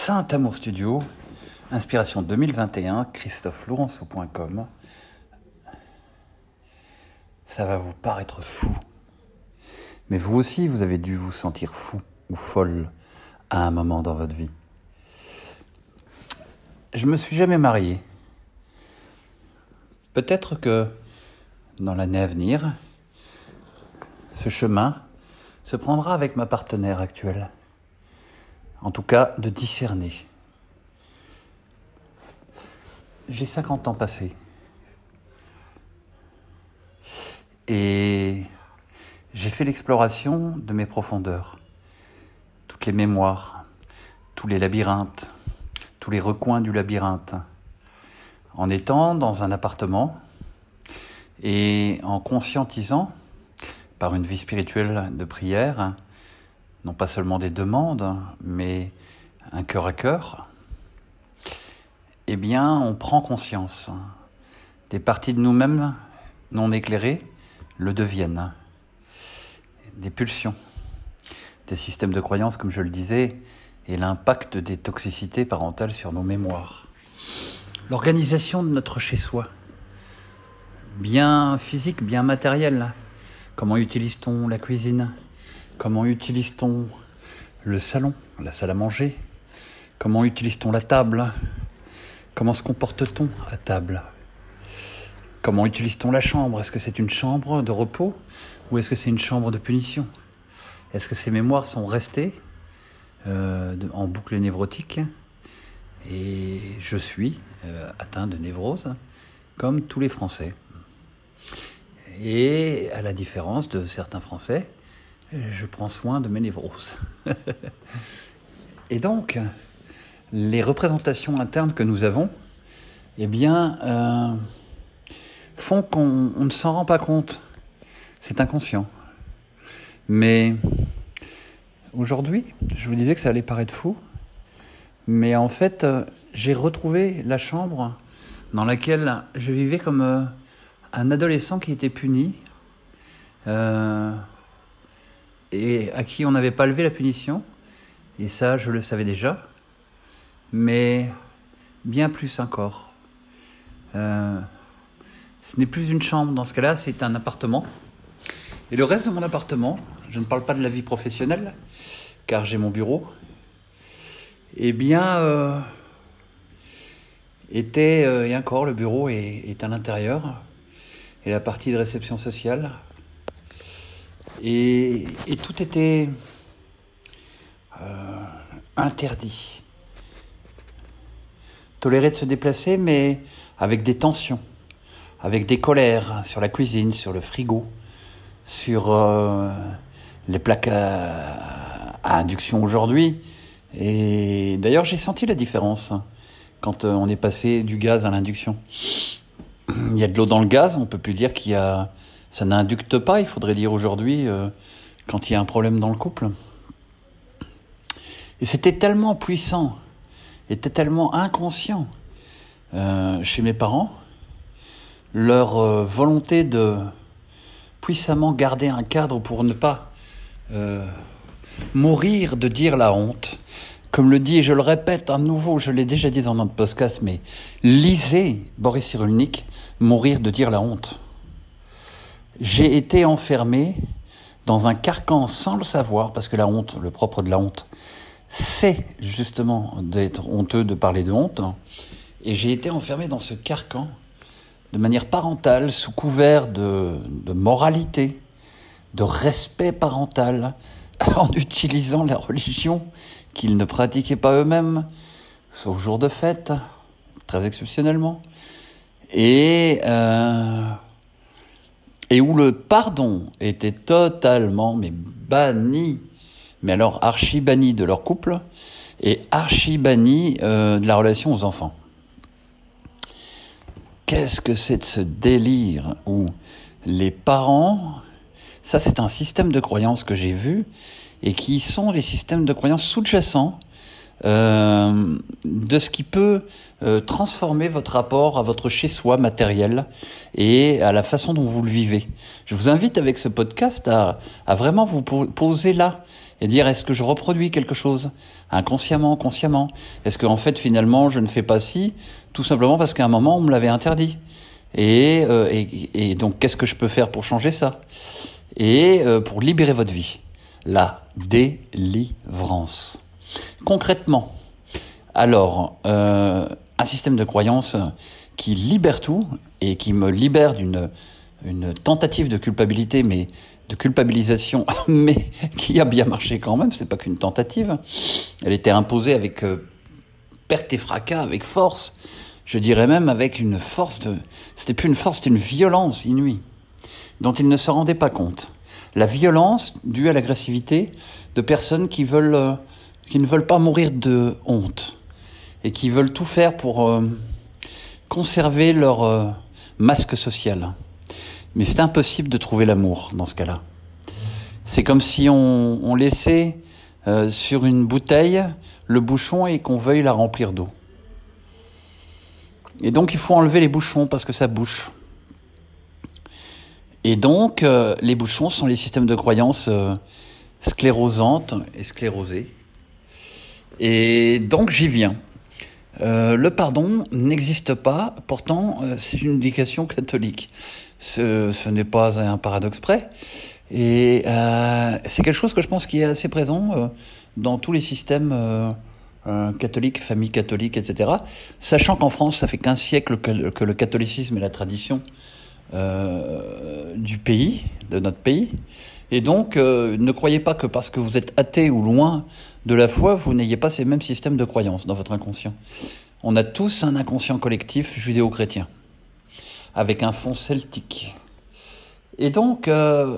Saint Amour Studio, inspiration 2021, christophelourenço.com. Ça va vous paraître fou. Mais vous aussi, vous avez dû vous sentir fou ou folle à un moment dans votre vie. Je me suis jamais marié. Peut-être que dans l'année à venir, ce chemin se prendra avec ma partenaire actuelle. En tout cas, de discerner. J'ai 50 ans passés. Et j'ai fait l'exploration de mes profondeurs. Toutes les mémoires, tous les labyrinthes, tous les recoins du labyrinthe. En étant dans un appartement et en conscientisant, par une vie spirituelle de prière, non pas seulement des demandes, mais un cœur à cœur, eh bien, on prend conscience. Des parties de nous-mêmes non éclairées le deviennent. Des pulsions, des systèmes de croyances, comme je le disais, et l'impact des toxicités parentales sur nos mémoires. L'organisation de notre chez-soi, bien physique, bien matériel. Comment utilise-t-on la cuisine ? Comment utilise-t-on le salon, la salle à manger ? Comment utilise-t-on la table ? Comment se comporte-t-on à table ? Comment utilise-t-on la chambre ? Est-ce que c'est une chambre de repos ou est-ce que c'est une chambre de punition ? Est-ce que ces mémoires sont restées en boucle névrotique ? Et je suis atteint de névrose, comme tous les Français. Et à la différence de certains Français, je prends soin de mes névroses. Et donc, les représentations internes que nous avons, eh bien, font qu'on ne s'en rend pas compte. C'est inconscient. Mais aujourd'hui, je vous disais que ça allait paraître fou, mais en fait, j'ai retrouvé la chambre dans laquelle je vivais comme un adolescent qui était puni et à qui on n'avait pas levé la punition. Et ça, je le savais déjà, mais bien plus encore. Ce n'est plus une chambre dans ce cas-là, c'est un appartement. Et le reste de mon appartement, je ne parle pas de la vie professionnelle, car j'ai mon bureau, eh bien, et encore, le bureau est à l'intérieur, et la partie de réception sociale. Et tout était interdit. Toléré de se déplacer, mais avec des tensions, avec des colères sur la cuisine, sur le frigo, sur les plaques à induction aujourd'hui. Et d'ailleurs, j'ai senti la différence quand on est passé du gaz à l'induction. Il y a de l'eau dans le gaz, on ne peut plus dire ça n'inducte pas, il faudrait dire aujourd'hui, quand il y a un problème dans le couple. Et c'était tellement puissant, était tellement inconscient chez mes parents, leur volonté de puissamment garder un cadre pour ne pas mourir de dire la honte. Comme le dit, et je le répète à nouveau, je l'ai déjà dit dans notre podcast, mais lisez Boris Cyrulnik, Mourir de dire la honte. J'ai été enfermé dans un carcan sans le savoir, parce que la honte, le propre de la honte, c'est justement d'être honteux, de parler de honte. Et j'ai été enfermé dans ce carcan de manière parentale, sous couvert de moralité, de respect parental, en utilisant la religion qu'ils ne pratiquaient pas eux-mêmes, sauf jour de fête, très exceptionnellement, et où le pardon était totalement banni, mais alors archi banni de leur couple, et archi banni de la relation aux enfants. Qu'est-ce que c'est de ce délire où les parents... Ça, c'est un système de croyances que j'ai vu et qui sont les systèmes de croyances sous-jacents de ce qui peut transformer votre rapport à votre chez-soi matériel et à la façon dont vous le vivez. Je vous invite avec ce podcast à vraiment vous poser là et dire, est-ce que je reproduis quelque chose inconsciemment, consciemment? Est-ce qu'en fait, finalement, je ne fais pas ci, tout simplement parce qu'à un moment, on me l'avait interdit? Et donc, qu'est-ce que je peux faire pour changer ça? Et pour libérer votre vie. La délivrance. Concrètement, alors, un système de croyance qui libère tout et qui me libère d'une tentative de culpabilité, mais de culpabilisation, mais qui a bien marché quand même, c'est pas qu'une tentative. Elle était imposée avec perte et fracas, avec force. Je dirais même avec une force, c'était plus une force, c'était une violence inouïe, dont ils ne se rendaient pas compte. La violence due à l'agressivité de personnes qui ne veulent pas mourir de honte et qui veulent tout faire pour conserver leur masque social. Mais c'est impossible de trouver l'amour dans ce cas-là. C'est comme si on laissait sur une bouteille le bouchon et qu'on veuille la remplir d'eau. Et donc il faut enlever les bouchons parce que ça bouche. Et donc les bouchons sont les systèmes de croyances sclérosantes et sclérosées. Et donc j'y viens. Le pardon n'existe pas, pourtant c'est une éducation catholique. Ce n'est pas un paradoxe près. Et c'est quelque chose que je pense qui est assez présent dans tous les systèmes catholiques, familles catholiques, etc. Sachant qu'en France, ça fait 15 siècles que le catholicisme est la tradition du pays, de notre pays. Et donc, ne croyez pas que parce que vous êtes athée ou loin de la foi, vous n'ayez pas ces mêmes systèmes de croyances dans votre inconscient. On a tous un inconscient collectif judéo-chrétien, avec un fond celtique. Et donc,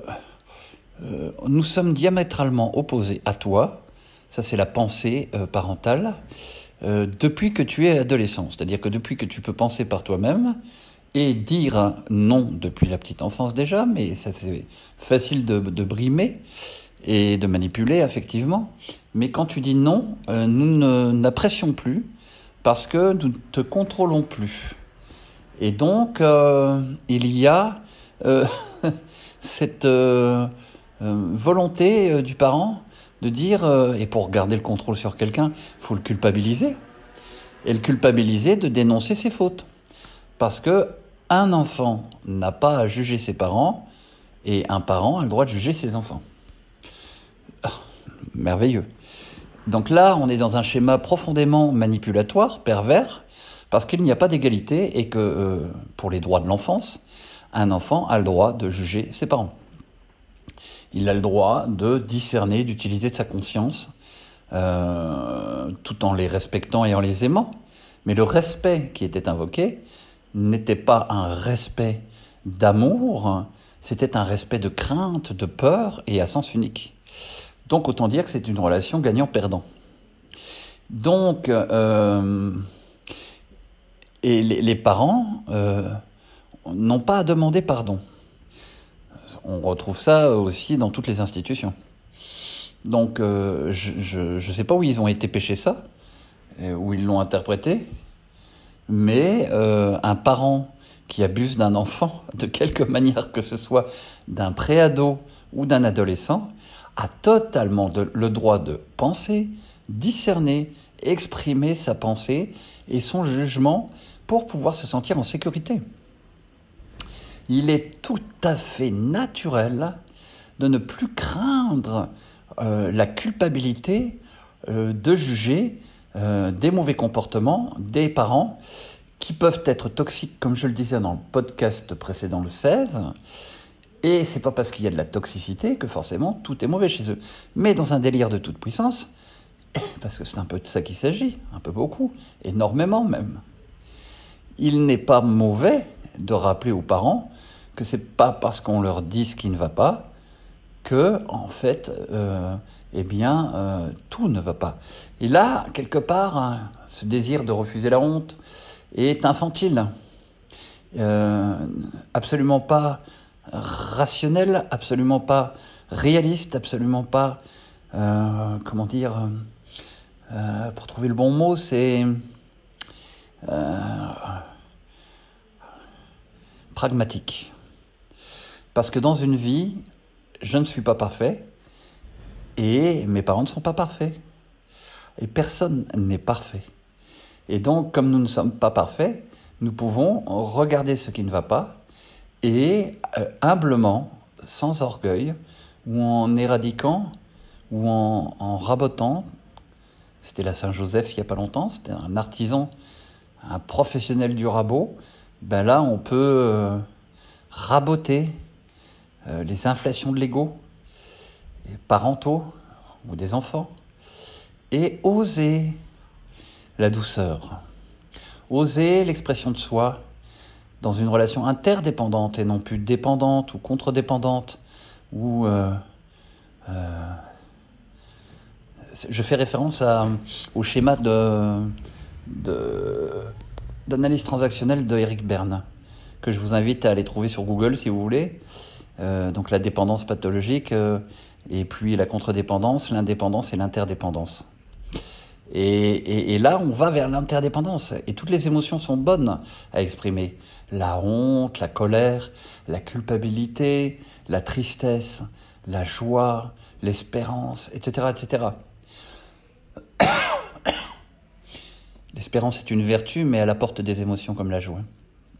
nous sommes diamétralement opposés à toi, ça c'est la pensée parentale, depuis que tu es adolescent. C'est-à-dire que depuis que tu peux penser par toi-même, et dire non depuis la petite enfance déjà, mais ça c'est facile de brimer et de manipuler effectivement. Mais quand tu dis non, nous n'apprécions plus parce que nous ne te contrôlons plus. Et donc il y a cette volonté du parent de dire, et pour garder le contrôle sur quelqu'un, il faut le culpabiliser. Et le culpabiliser de dénoncer ses fautes. Parce que un enfant n'a pas à juger ses parents et un parent a le droit de juger ses enfants. Oh, merveilleux. Donc là, on est dans un schéma profondément manipulatoire, pervers, parce qu'il n'y a pas d'égalité et que, pour les droits de l'enfance, un enfant a le droit de juger ses parents. Il a le droit de discerner, d'utiliser de sa conscience, tout en les respectant et en les aimant. Mais le respect qui était invoqué n'était pas un respect d'amour, c'était un respect de crainte, de peur et à sens unique. Donc autant dire que c'est une relation gagnant-perdant. Donc, et les parents n'ont pas à demander pardon. On retrouve ça aussi dans toutes les institutions. Donc je ne sais pas où ils ont été pêcher ça, où ils l'ont interprété, mais un parent qui abuse d'un enfant, de quelque manière que ce soit, d'un préado ou d'un adolescent, a totalement le droit de penser, discerner, exprimer sa pensée et son jugement pour pouvoir se sentir en sécurité. Il est tout à fait naturel de ne plus craindre la culpabilité de juger des mauvais comportements des parents qui peuvent être toxiques, comme je le disais dans le podcast précédent, le 16. Et c'est pas parce qu'il y a de la toxicité que forcément tout est mauvais chez eux. Mais dans un délire de toute puissance, parce que c'est un peu de ça qu'il s'agit, un peu beaucoup, énormément même. Il n'est pas mauvais de rappeler aux parents que c'est pas parce qu'on leur dit ce qui ne va pas que, en fait, tout ne va pas. Et là, quelque part, ce désir de refuser la honte est infantile, absolument pas rationnel, absolument pas réaliste, absolument pas, pour trouver le bon mot, c'est pragmatique. Parce que dans une vie, je ne suis pas parfait et mes parents ne sont pas parfaits. Et personne n'est parfait. Et donc, comme nous ne sommes pas parfaits, nous pouvons regarder ce qui ne va pas et humblement, sans orgueil, ou en éradiquant, ou en rabotant. C'était la Saint-Joseph il n'y a pas longtemps, c'était un artisan, un professionnel du rabot. Ben là, on peut raboter les inflations de l'ego, parentaux ou des enfants, et oser la douceur, oser l'expression de soi dans une relation interdépendante et non plus dépendante ou contre-dépendante, ou je fais référence au schéma d'analyse transactionnelle de Eric Berne, que je vous invite à aller trouver sur Google si vous voulez. Donc la dépendance pathologique, et puis la contre-dépendance, l'indépendance et l'interdépendance. Et là, on va vers l'interdépendance. Et toutes les émotions sont bonnes à exprimer. La honte, la colère, la culpabilité, la tristesse, la joie, l'espérance, etc., etc. L'espérance est une vertu, mais elle apporte des émotions comme la joie.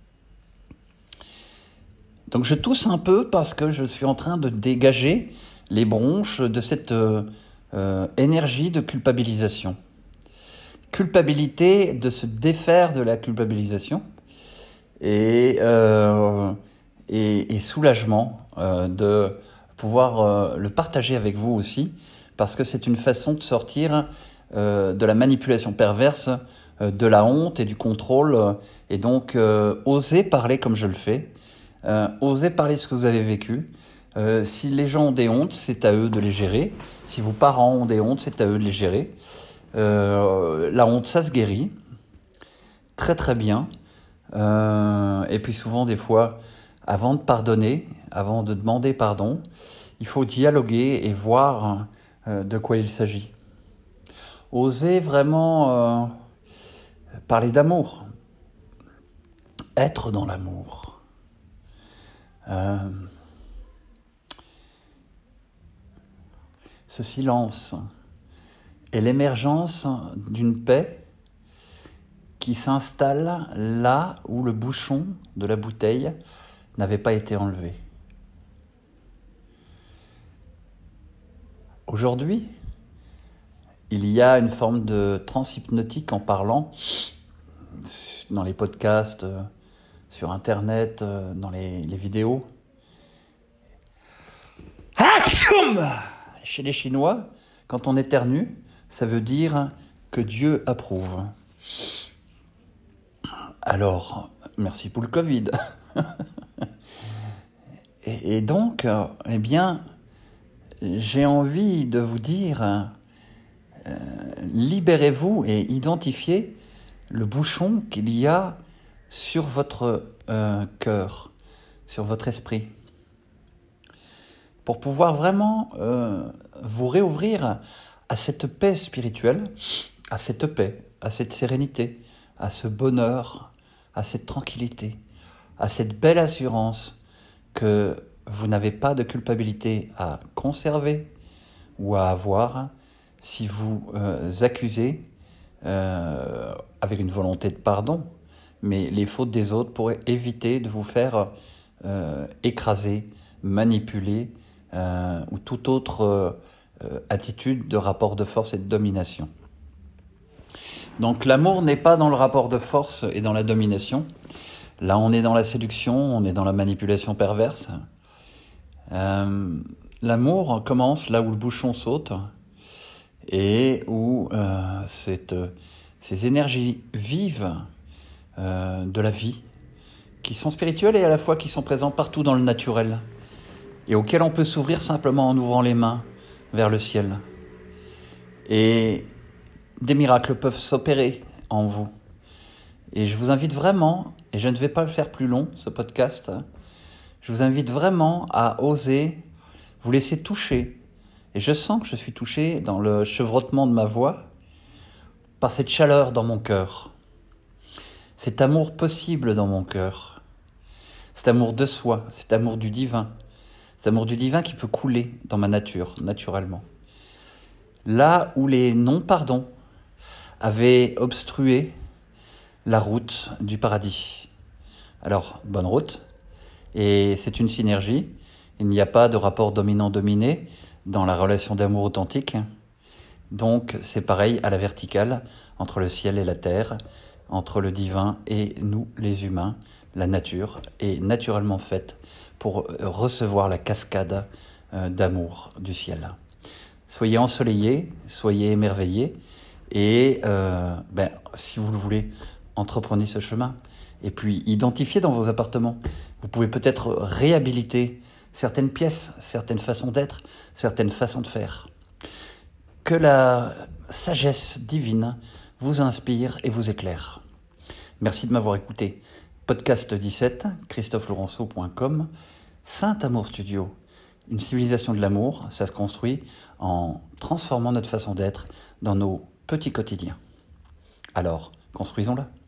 Donc je tousse un peu parce que je suis en train de dégager les bronches de cette énergie de culpabilisation. Culpabilité, de se défaire de la culpabilisation et soulagement de pouvoir le partager avec vous aussi, parce que c'est une façon de sortir de la manipulation perverse, de la honte et du contrôle, et donc oser parler comme je le fais, oser parler de ce que vous avez vécu. Si les gens ont des hontes, c'est à eux de les gérer. Si vos parents ont des hontes, c'est à eux de les gérer. La honte, ça se guérit très très bien. Et puis souvent, des fois, avant de pardonner, avant de demander pardon, il faut dialoguer et voir de quoi il s'agit. Oser vraiment parler d'amour, être dans l'amour. Ce silence et l'émergence d'une paix qui s'installe là où le bouchon de la bouteille n'avait pas été enlevé. Aujourd'hui, il y a une forme de transhypnotique en parlant dans les podcasts, sur Internet, dans les vidéos. Chez les Chinois, quand on éternue, ça veut dire que Dieu approuve. Alors, merci pour le Covid. et donc, eh bien, j'ai envie de vous dire, libérez-vous et identifiez le bouchon qu'il y a sur votre cœur, sur votre esprit, pour pouvoir vraiment vous réouvrir à cette paix spirituelle, à cette paix, à cette sérénité, à ce bonheur, à cette tranquillité, à cette belle assurance que vous n'avez pas de culpabilité à conserver ou à avoir si vous accusez avec une volonté de pardon, mais les fautes des autres pour éviter de vous faire écraser, manipuler ou toute autre attitude de rapport de force et de domination. Donc l'amour n'est pas dans le rapport de force et dans la domination. Là, on est dans la séduction, on est dans la manipulation perverse. L'amour commence là où le bouchon saute et où ces énergies vives de la vie, qui sont spirituelles et à la fois qui sont présentes partout dans le naturel, et auxquelles on peut s'ouvrir simplement en ouvrant les mains vers le ciel. Et des miracles peuvent s'opérer en vous. Et je vous invite vraiment, et je ne vais pas le faire plus long, ce podcast, je vous invite vraiment à oser vous laisser toucher. Et je sens que je suis touché dans le chevrotement de ma voix, par cette chaleur dans mon cœur, cet amour possible dans mon cœur, cet amour de soi, cet amour du divin qui peut couler dans ma nature, naturellement. Là où les non-pardons avaient obstrué la route du paradis. Alors, bonne route. Et c'est une synergie. Il n'y a pas de rapport dominant-dominé dans la relation d'amour authentique. Donc, c'est pareil à la verticale, entre le ciel et la terre, entre le divin et nous, les humains. La nature est naturellement faite pour recevoir la cascade d'amour du ciel. Soyez ensoleillés, soyez émerveillés et si vous le voulez, entreprenez ce chemin. Et puis, identifiez dans vos appartements. Vous pouvez peut-être réhabiliter certaines pièces, certaines façons d'être, certaines façons de faire. Que la sagesse divine vous inspire et vous éclaire. Merci de m'avoir écouté. Podcast 17, christophelaurenceau.com, Saint Amour Studio. Une civilisation de l'amour, ça se construit en transformant notre façon d'être dans nos petits quotidiens. Alors, construisons-la.